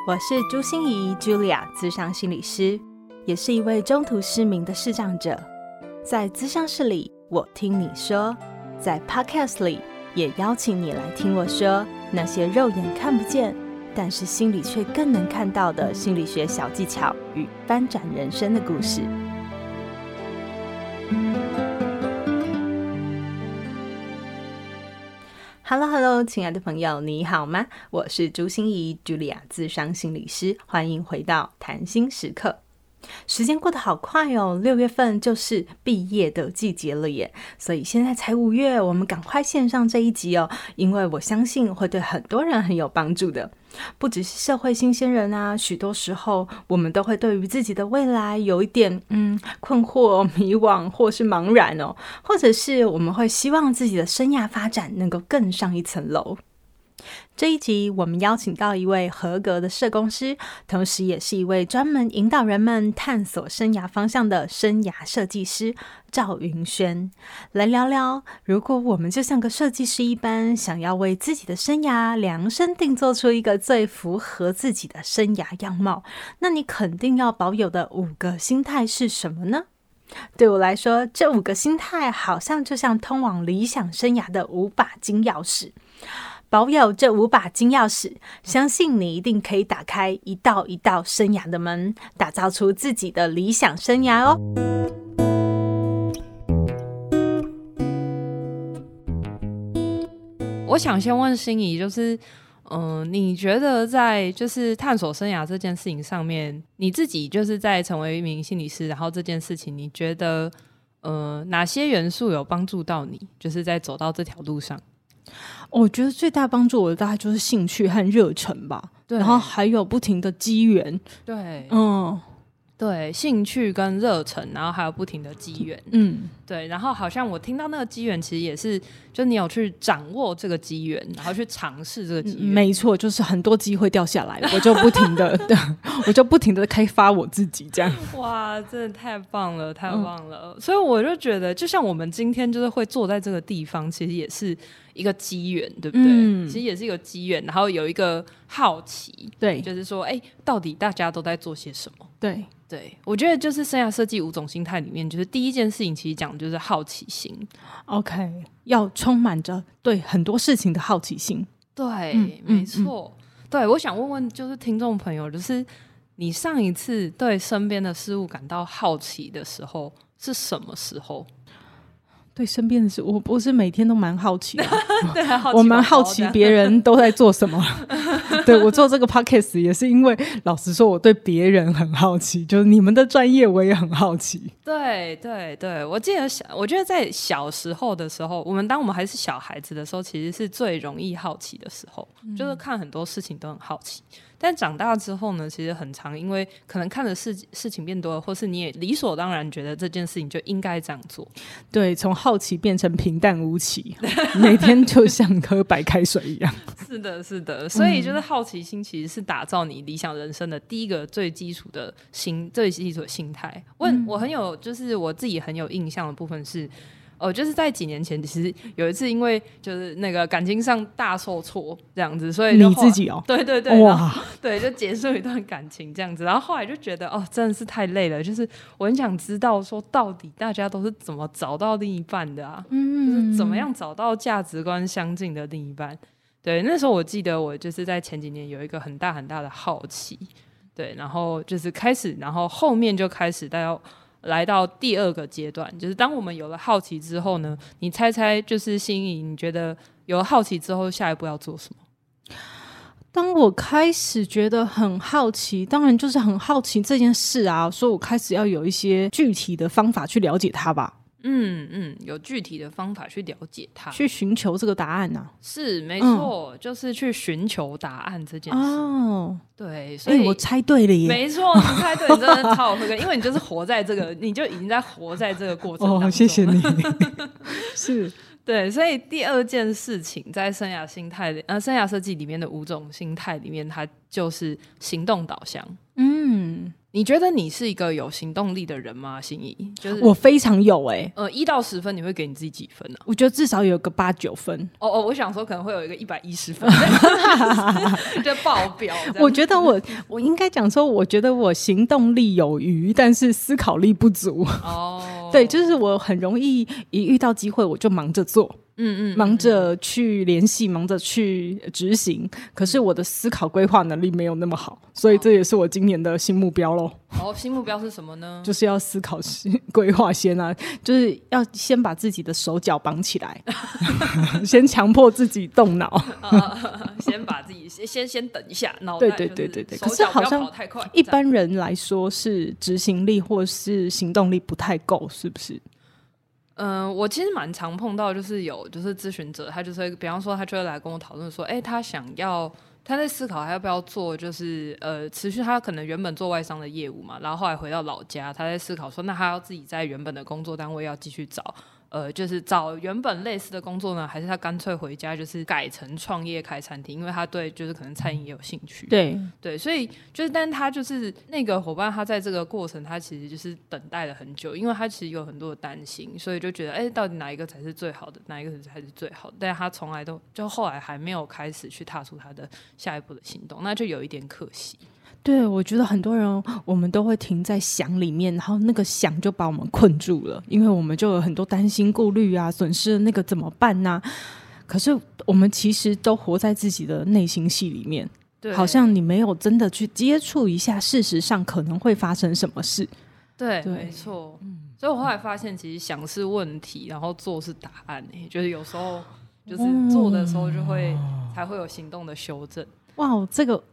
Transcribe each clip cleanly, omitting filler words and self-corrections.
我是朱心怡 Julia 諮商心理师，也是一位中途失明的视障者。在諮商室里，我听你说；在 Podcast 里，也邀请你来听我说那些肉眼看不见，但是心里却更能看到的心理学小技巧与翻转人生的故事。Hello， 亲爱的朋友，你好吗？我是朱心怡 Julia 諮商心理师，欢迎回到谈心时刻。时间过得好快哦，6月份就是毕业的季节了耶，所以现在才5月，我们赶快线上这一集哦，因为我相信会对很多人很有帮助的。不只是社会新鲜人啊，许多时候我们都会对于自己的未来有一点困惑、迷惘或是茫然哦，或者是我们会希望自己的生涯发展能够更上一层楼。这一集我们邀请到一位合格的社工师，同时也是一位专门引导人们探索生涯方向的生涯设计师赵云轩，来聊聊如果我们就像个设计师一般，想要为自己的生涯量身定做出一个最符合自己的生涯样貌，那你肯定要保有的5个心态是什么呢？对我来说，这5个心态好像就像通往理想生涯的5把金钥匙。保有这5把金钥匙，相信你一定可以打开一道一道生涯的门，打造出自己的理想生涯哦。 我想先问心怡，就是你觉得在就是探索生涯这件事情上面，你自己就是在成为一名心理师，然后这件事情你觉得哪些元素有帮助到你，就是在走到这条路上？ 我觉得最大帮助我的大概就是兴趣和热忱吧，然后还有不停的机缘。 对，对，兴趣跟热忱，然后还有不停的机缘。对，然后好像我听到那个机缘其实也是就你有去掌握这个机缘，然后去尝试这个机缘。 没错，就是很多机会掉下来，我就不停的我就不停的开发我自己这样。 哇，真的太棒了，太棒了。所以我就觉得就像我们今天就是会坐在这个地方，其实也是一个机缘，对不对？其实也是一个机缘，然后有一个好奇，对，就是说到底大家都在做些什么。对，我觉得就是生涯设计5种心态里面，就是第一件事情其实讲就是好奇心。OK， 要充满着对很多事情的好奇心。 对，没错。对，我想问问就是听众朋友，就是你上一次对身边的事物感到好奇的时候是什么时候？ 对身边的事，我不是每天都蛮好奇的。 对， 我蛮好奇别人都在做什么。对，我做这个 podcast 也是因为老实说我对别人很好奇，就是你们的专业我也很好奇。 对，我记得我觉得在小时候的时候，当我们还是小孩子的时候，其实是最容易好奇的时候，就是看很多事情都很好奇。但长大之后呢，其实很常因为可能看的事情变多了，或是你也理所当然觉得这件事情就应该这样做。 对，从好奇变成平淡无奇，每天就像喝白开水一样。 是的，所以就是好奇心其实是打造你理想人生的第一个最基础的心态。我很有就是我自己很有印象的部分是就是在几年前，其实有一次因为就是那个感情上大受挫这样子，所以你自己对哇，对，就结束一段感情这样子，然后后来就觉得真的是太累了，就是我很想知道说到底大家都是怎么找到另一半的啊，就是怎么样找到价值观相近的另一半。对，那时候我记得我就是在前几年有一个很大很大的好奇，对，然后就是开始，然后后面就开始来到第2个阶段，就是当我们有了好奇之后呢，你猜就是心怡，你觉得有了好奇之后下一步要做什么？ 当我开始觉得很好奇，当然就是很好奇这件事啊，所以我开始要有一些具体的方法去了解它吧。 有具体的方法去了解它， 去寻求这个答案啊。 是没错，就是去寻求答案这件事。对，所以我猜对了耶。 没错，你猜对，你真的超有慧根，因为你就是活在这个，你就已经在活在这个过程当中。 谢谢你。是。 对，所以第2件事情在生涯设计里面的5种心态里面，它就是行动导向。 你觉得你是一个有行动力的人吗？心怡，就是我非常有 1到10分，你会给你自己几分呢？ 我觉得至少有个8、9分。 我想说可能会有一个110分，就爆表。 我觉得我应该讲说，我觉得我行动力有余，但是思考力不足。对，就是我很容易一遇到机会我就忙着做。忙着去联系，忙着去执行，可是我的思考规划能力没有那么好，所以这也是我今年的新目标咯。 新目标是什么呢？ 就是要思考规划先啊，就是要先把自己的手脚绑起来先强迫自己动脑先把自己先等一下，脑袋对，可是好像一般人来说是执行力或是行动力不太够，是不是？ 我其实蛮常碰到，就是有就是咨询者，他就是会比方说他就会来跟我讨论说，他在思考他要不要做，就是持续他可能原本做外商的业务嘛，然后后来回到老家，他在思考说，那他要自己在原本的工作单位要继续找。就是找原本类似的工作呢，还是他干脆回家就是改成创业开餐厅，因为他对就是可能餐饮也有兴趣。对，所以就是但他就是那个伙伴，他在这个过程他其实就是等待了很久，因为他其实有很多的担心，所以就觉得到底哪一个才是最好的，哪一个才是最好的，但他从来都就后来还没有开始去踏出他的下一步的行动，那就有一点可惜。 对，我觉得很多人我们都会停在想里面，然后那个想就把我们困住了，因为我们就有很多担心顾虑啊，损失了那个怎么办啊。可是我们其实都活在自己的内心戏里面，好像你没有真的去接触一下事实上可能会发生什么事。 对，没错。所以我后来发现其实想是问题，然后做是答案就是有时候就是做的时候就会才会有行动的修正。 哇，这个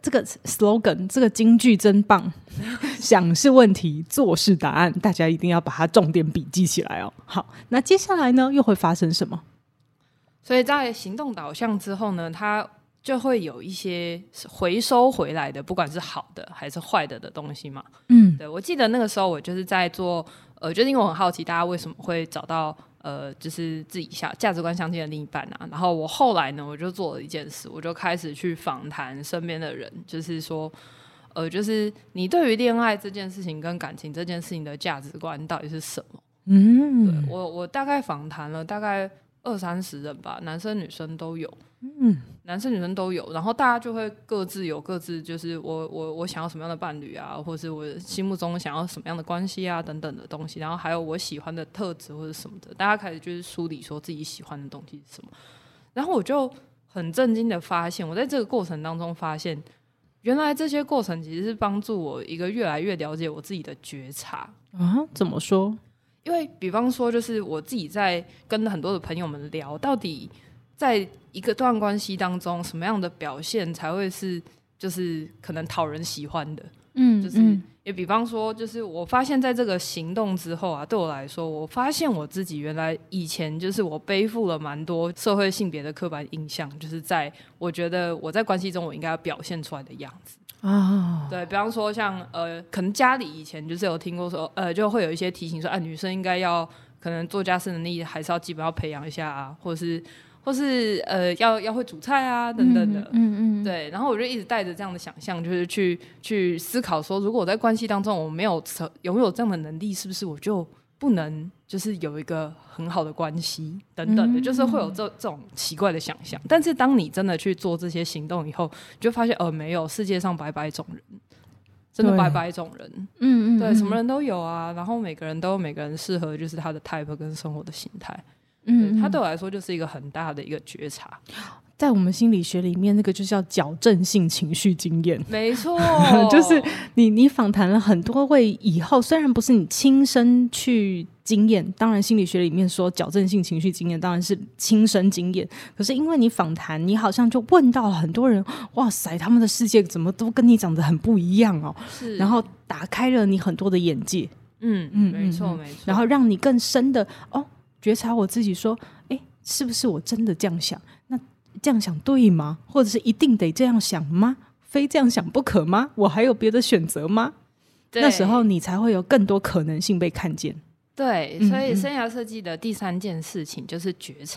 slogan 这个金句真棒想是问题，做是答案，大家一定要把它重点笔记起来哦。好，那接下来呢又会发生什么？ 所以在行动导向之后呢，它就会有一些回收回来的，不管是好的还是坏的东西嘛。对，我记得那个时候我就是在做就是因为我很好奇大家为什么会找到就是自己价值观相近的另一半啊。然后我后来呢，我就做了一件事，我就开始去访谈身边的人，就是说就是你对于恋爱这件事情跟感情这件事情的价值观到底是什么？对，我大概访谈了大概20-30人吧，男生女生都有。男生女生都有，然后大家就会各自有各自，就是我想要什么样的伴侣啊，或是我心目中想要什么样的关系啊等等的东西，然后还有我喜欢的特质或者什么的，大家开始就是梳理说自己喜欢的东西是什么。然后我就很震惊的发现，我在这个过程当中发现，原来这些过程其实是帮助我一个越来越了解我自己的觉察啊。怎么说？ 因为比方说就是我自己在跟很多的朋友们聊，到底在一个段关系当中什么样的表现才会是就是可能讨人喜欢的。就是也比方说就是我发现在这个行动之后啊，对我来说我发现我自己原来以前就是我背负了蛮多社会性别的刻板印象，就是在我觉得我在关系中我应该要表现出来的样子啊。对，比方说像可能家里以前就是有听过说就会有一些提醒说女生应该要可能做家事能力还是要基本要培养一下啊，或是要会煮菜啊等等的。对，然后我就一直带着这样的想象，就是去思考说，如果我在关系当中我没有拥有这样的能力，是不是我就不能就是有一个很好的关系等等的，就是会有这种奇怪的想象。但是当你真的去做这些行动以后，你就发现没有，世界上百百种人，真的百百种人。对，什么人都有啊，然后每个人都有每个人适合就是他的 type 跟生活的形态。它对我来说就是一个很大的一个觉察。 在我们心理学里面，那个就叫矫正性情绪经验。 没错就是你访谈了很多位以后，虽然不是你亲身去经验，当然心理学里面说矫正性情绪经验当然是亲身经验，可是因为你访谈，你好像就问到了很多人，哇塞，他们的世界怎么都跟你长得很不一样哦，是，然后打开了你很多的眼界。 没错没错， 然后让你更深的觉察我自己说，是不是我真的这样想？那这样想对吗？或者是一定得这样想吗？非这样想不可吗？我还有别的选择吗？那时候你才会有更多可能性被看见。 对，所以生涯设计的第3件事情就是觉察。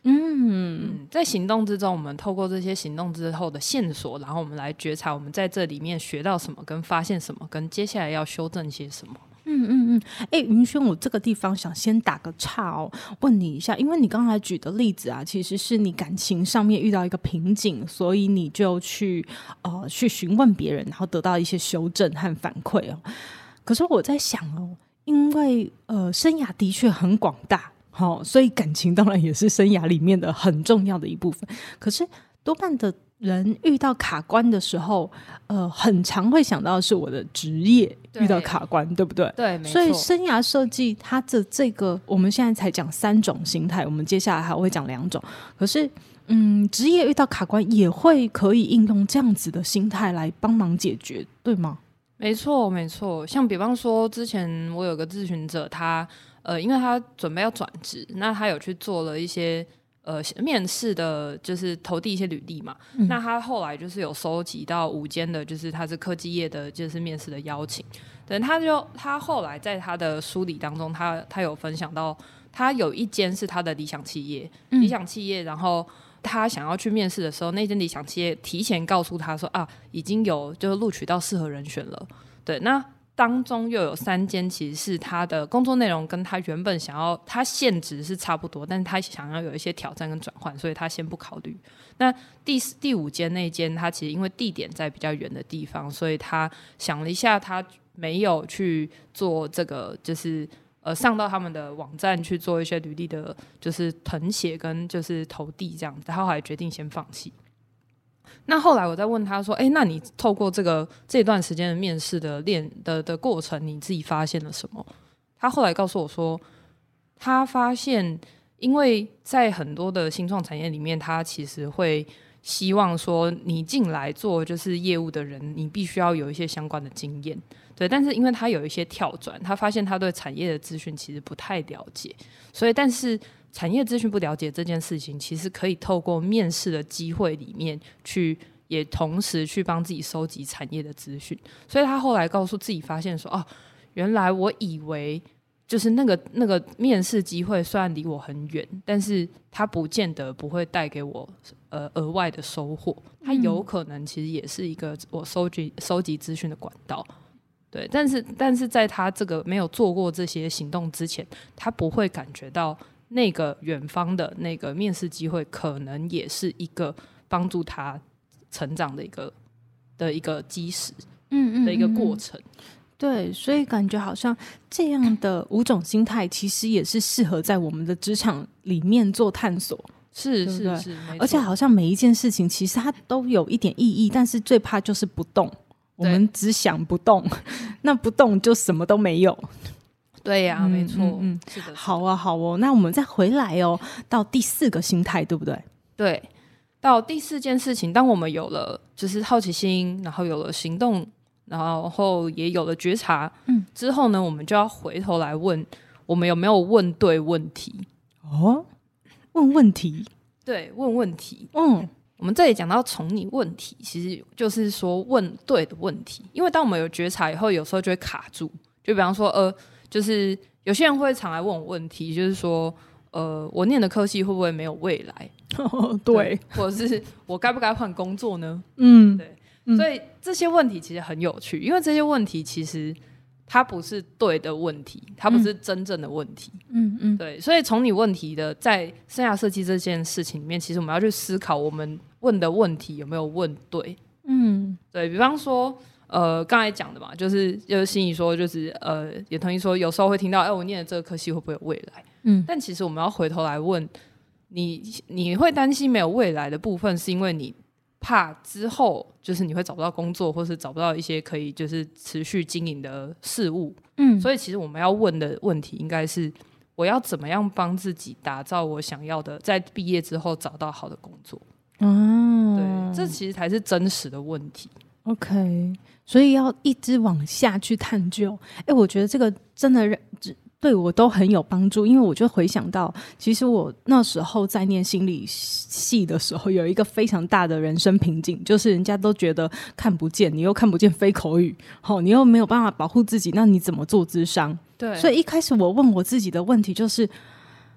在行动之中，我们透过这些行动之后的线索，然后我们来觉察我们在这里面学到什么，跟发现什么，跟接下来要修正些什么。 云轩，我这个地方想先打个岔哦，问你一下，因为你刚才举的例子啊，其实是你感情上面遇到一个瓶颈，所以你就去询问别人，然后得到一些修正和反馈哦。可是我在想哦，因为生涯的确很广大，所以感情当然也是生涯里面的很重要的一部分。可是多半的人遇到卡关的时候，很常会想到的是我的职业遇到卡关，对不对？ 对，没错。 所以生涯设计它的这个，我们现在才讲3种心态，我们接下来还会讲2种。可是，职业遇到卡关也会可以应用这样子的心态来帮忙解决，对吗？ 没错，没错。像比方说，之前我有个咨询者，他因为他准备要转职，那他有去做了一些面试的，就是投递一些履历嘛。那他后来就是有收集到5间的，就是他是科技业的，就是面试的邀请。对，他后来在他的梳理当中，他有分享到，他有1间是他的理想企业，然后他想要去面试的时候，那间理想企业提前告诉他说已经有就是录取到适合人选了。对，那当中又有3间其实是他的工作内容跟他原本想要，他现职是差不多，但是他想要有一些挑战跟转换，所以他先不考虑。那第5间那间，他其实因为地点在比较远的地方，所以他想了一下，他没有去做这个，就是上到他们的网站去做一些履历的，就是誊写跟就是投递这样子，他后来决定先放弃。那后来我再问他说：“那你透过这段时间的面试的过程，你自己发现了什么？”他后来告诉我说，他发现，因为在很多的新创产业里面，他其实会希望说，你进来做就是业务的人，你必须要有一些相关的经验。对，但是因为他有一些跳转，他发现他对产业的资讯其实不太了解，所以但是产业资讯不了解这件事情，其实可以透过面试的机会里面去，也同时去帮自己收集产业的资讯。所以他后来告诉自己，发现说原来我以为就是那个面试机会虽然离我很远，但是它不见得不会带给我额外的收获，它有可能其实也是一个我收集资讯的管道。对，但是在他这个没有做过这些行动之前，他不会感觉到那个远方的那个面试机会可能也是一个帮助他成长的一个基石，的一个过程。 对，所以感觉好像这样的5种心态其实也是适合在我们的职场里面做探索。 是， 而且好像每一件事情其实它都有一点意义，但是最怕就是不动，我们只想不动，那不动就什么都没有。 对呀，没错，是的。 好哦，那我们再回来到第4个心态，对不对？ 对，到第4件事情，当我们有了就是好奇心，然后有了行动，然后也有了觉察，之后呢，我们就要回头来问，我们有没有问对问题？ 问问题， 对，问问题。我们这里讲到从你问题，其实就是说问对的问题。因为当我们有觉察以后，有时候就会卡住。就比方说，就是有些人会常来问我问题，就是说，我念的科系会不会没有未来？ 对， 或者是我该不该换工作呢？对。所以这些问题其实很有趣，因为这些问题其实它不是对的问题，它不是真正的问题。对，所以从你问题的在生涯设计这件事情里面，其实我们要去思考我们问的问题有没有问对。对，比方说刚才讲的嘛，就是心怡说，就是也同意说，有时候会听到我念的这个科系会不会有未来？但其实我们要回头来问你会担心没有未来的部分，是因为你怕之后就是你会找不到工作，或是找不到一些可以就是持续经营的事物。所以其实我们要问的问题应该是，我要怎么样帮自己打造我想要的，在毕业之后找到好的工作。对，这其实才是真实的问题。 OK， 所以要一直往下去探究。我觉得这个真的对我都很有帮助，因为我就回想到，其实我那时候在念心理系的时候，有一个非常大的人生瓶颈，就是人家都觉得看不见，你又看不见非口语，你又没有办法保护自己，那你怎么做咨商？ 对， 所以一开始我问我自己的问题就是，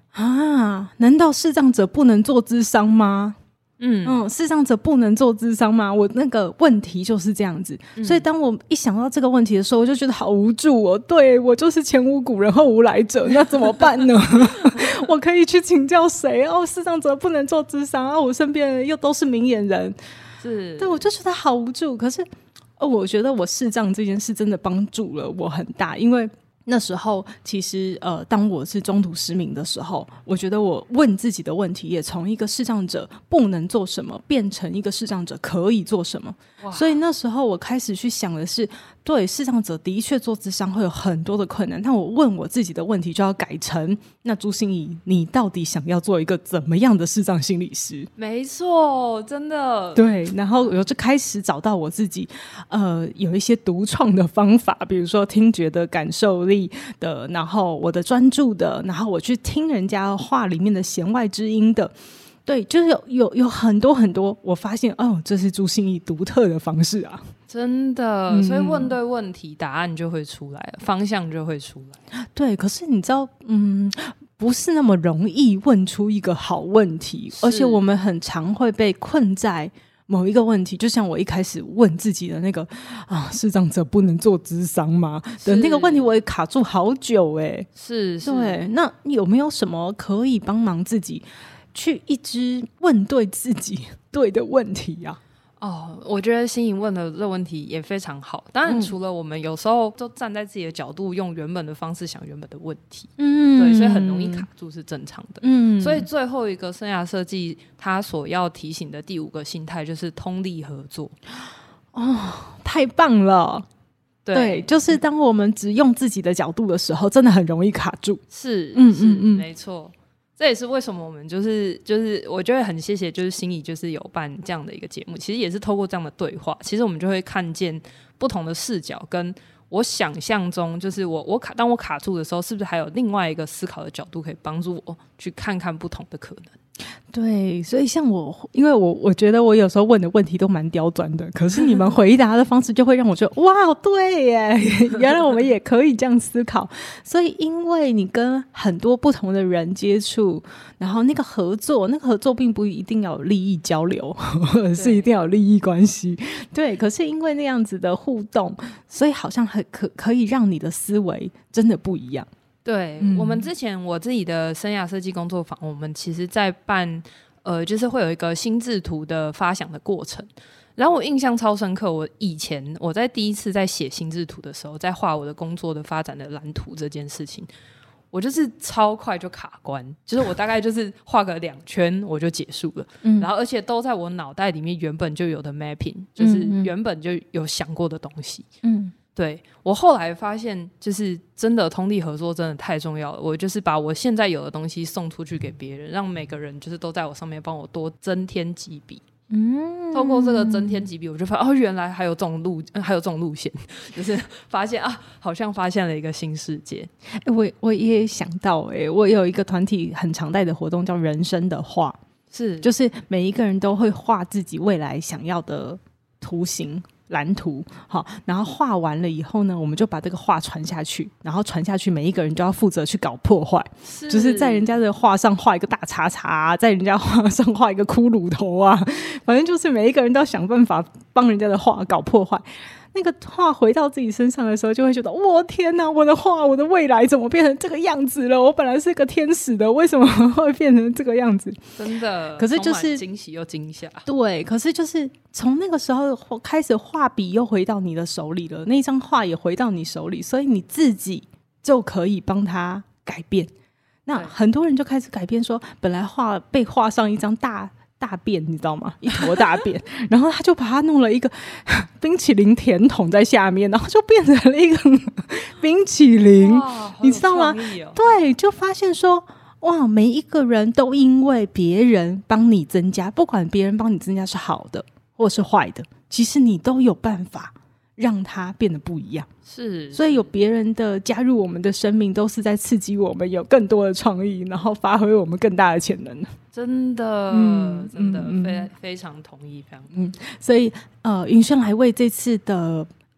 啊，难道视障者不能做諮商吗？视障者不能做諮商吗？我那个问题就是这样子，所以当我一想到这个问题的时候，我就觉得好无助哦。对，我就是前无古人后无来者，那怎么办呢？我可以去请教谁？视障者不能做諮商我身边又都是明眼人， 是对，我就觉得好无助。可是我觉得我视障这件事真的帮助了我很大，因为那时候其实当我是中途失明的时候，我觉得我问自己的问题也从一个视障者不能做什么变成一个视障者可以做什么。所以那时候我开始去想的是，对，视障者的确做諮商会有很多的困难，但我问我自己的问题就要改成，那朱心怡，你到底想要做一个怎么样的视障心理师？ 没错，真的对，然后我就开始找到我自己有一些独创的方法，比如说听觉的感受力的，然后我的专注的，然后我去听人家话里面的弦外之音的，对，就是有很多很多，我发现这是朱心怡独特的方式啊， 真的，所以问对问题，答案就会出来了，方向就会出来。 对，可是你知道，不是那么容易问出一个好问题，而且我们很常会被困在某一个问题，就像我一开始问自己的那个视障者不能做諮商吗的那个问题，我也卡住好久是对，那有没有什么可以帮忙自己去一直问对自己对的问题啊？ 我觉得心怡问的这个问题也非常好。当然，除了我们有时候都站在自己的角度，用原本的方式想原本的问题，对，所以很容易卡住是正常的。所以最后一个生涯设计，它所要提醒的第5个心态就是通力合作。 太棒了！对，就是当我们只用自己的角度的时候，真的很容易卡住。 是，没错。这也是为什么我们就是我觉得很谢谢就是心怡就是有办这样的一个节目，其实也是透过这样的对话，其实我们就会看见不同的视角，跟我想象中就是当我卡住的时候，是不是还有另外一个思考的角度可以帮助我去看看不同的可能。 对，所以像因为我觉得我有时候问的问题都蛮刁钻的，可是你们回答的方式就会让我觉得哇，对耶，原来我们也可以这样思考。所以因为你跟很多不同的人接触，然后那个合作并不一定要有利益交流，或者是一定要有利益关系。对，可是因为那样子的互动，所以好像可以让你的思维真的不一样。 对，我们之前我自己的生涯设计工作坊，我们其实在办就是会有一个心智图的发想的过程，然后我印象超深刻，我在第一次在写心智图的时候，在画我的工作的发展的蓝图这件事情，我就是超快就卡关，就是我大概就是画个2圈我就结束了，然后而且都在我脑袋里面原本就有的 mapping， 就是原本就有想过的东西。对，我后来发现就是真的通力合作真的太重要了，我就是把我现在有的东西送出去给别人，让每个人就是都在我上面帮我多增添几笔。透过这个增添几笔，我就发现原来还有这种路线，就是发现好像发现了一个新世界。 我也想到我有一个团体很常带的活动叫人生的画，就是每一个人都会画自己未来想要的图形蓝图，好，然后画完了以后呢，我们就把这个画传下去，然后传下去，每一个人就要负责去搞破坏，就是在人家的画上画一个大叉叉，在人家画上画一个骷髅头啊，反正就是每一个人都要想办法帮人家的画搞破坏。那个画回到自己身上的时候，就会觉得我天哪，我的画，我的未来怎么变成这个样子了？我本来是个天使的，为什么会变成这个样子？ 真的， 可是就是惊喜又惊吓。 对，可是就是从那个时候开始，画笔又回到你的手里了，那张画也回到你手里，所以你自己就可以帮他改变。那很多人就开始改变说，本来被画上一张大便，你知道吗？一坨大便，然后他就把它弄了一个冰淇淋甜筒在下面，然后就变成了一个冰淇淋，你知道吗？对，就发现说，哇，每一个人都因为别人帮你增加，不管别人帮你增加是好的或是坏的，其实你都有办法让它变得不一样。所以有别人的加入我们的生命，都是在刺激我们有更多的创意，然后发挥我们更大的潜能。 真的，真的非常同意，非常同意。 所以云轩来为这次的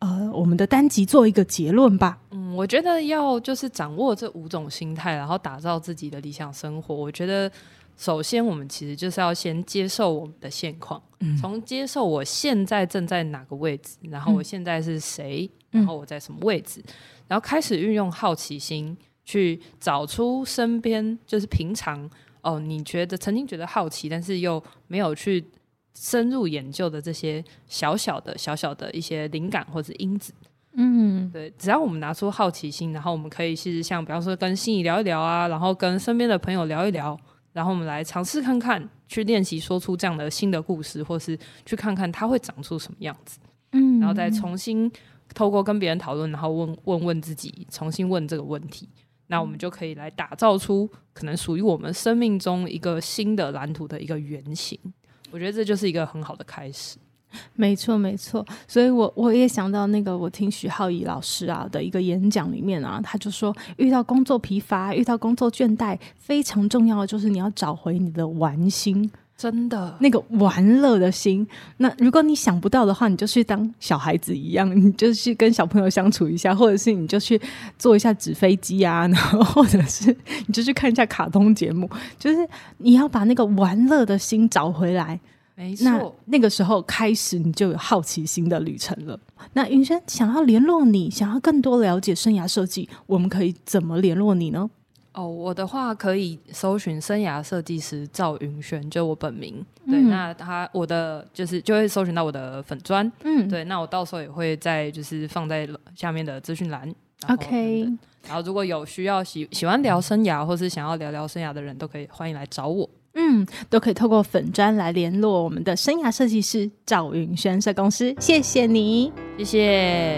我们的单集做一个结论吧。 我觉得要就是掌握这5种心态，然后打造自己的理想生活。我觉得首先我们其实就是要先接受我们的现况，从接受我现在正在哪个位置，然后我现在是谁，然后我在什么位置，然后开始运用好奇心去找出身边就是平常你曾经觉得好奇但是又没有去深入研究的这些小小的一些灵感或者因子。对，只要我们拿出好奇心，然后我们可以是像比方说跟心仪聊一聊啊，然后跟身边的朋友聊一聊，然后我们来尝试看看，去练习说出这样的新的故事，或是去看看它会长出什么样子。然后再重新透过跟别人讨论，然后问自己，重新问这个问题，那我们就可以来打造出可能属于我们生命中一个新的蓝图的一个原型。我觉得这就是一个很好的开始。 没错没错，所以我也想到那个我听许浩仪老师的一个演讲里面他就说遇到工作疲乏，遇到工作倦怠，非常重要的就是你要找回你的玩心， 真的那个玩乐的心。那如果你想不到的话，你就去当小孩子一样，你就去跟小朋友相处一下，或者是你就去做一下纸飞机然后或者是你就去看一下卡通节目，就是你要把那个玩乐的心找回来。 没错， 那个时候开始你就有好奇心的旅程了。那云轩想要联络你，想要更多了解生涯设计，我们可以怎么联络你呢？ 我的话可以搜寻生涯设计师赵云轩，就我本名。对，那我的就会搜寻到我的粉专。对，那我到时候也会在就是放在下面的资讯栏。 OK， 然后如果有需要喜欢聊生涯或是想要聊聊生涯的人，都可以欢迎来找我。 都可以透过粉专来联络我们的生涯设计师赵云轩社公司。谢谢你， 谢谢。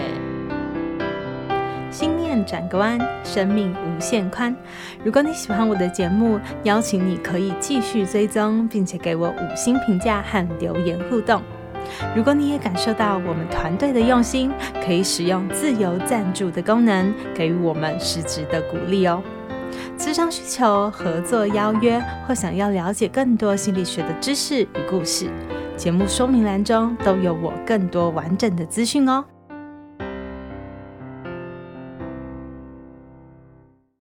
心念转个弯，生命无限宽。如果你喜欢我的节目，邀请你可以继续追踪，并且给我5星评价和留言互动。如果你也感受到我们团队的用心，可以使用自由赞助的功能，给予我们实质的鼓励哦。咨商需求、合作邀约，或想要了解更多心理学的知识与故事，节目说明栏中都有我更多完整的资讯哦。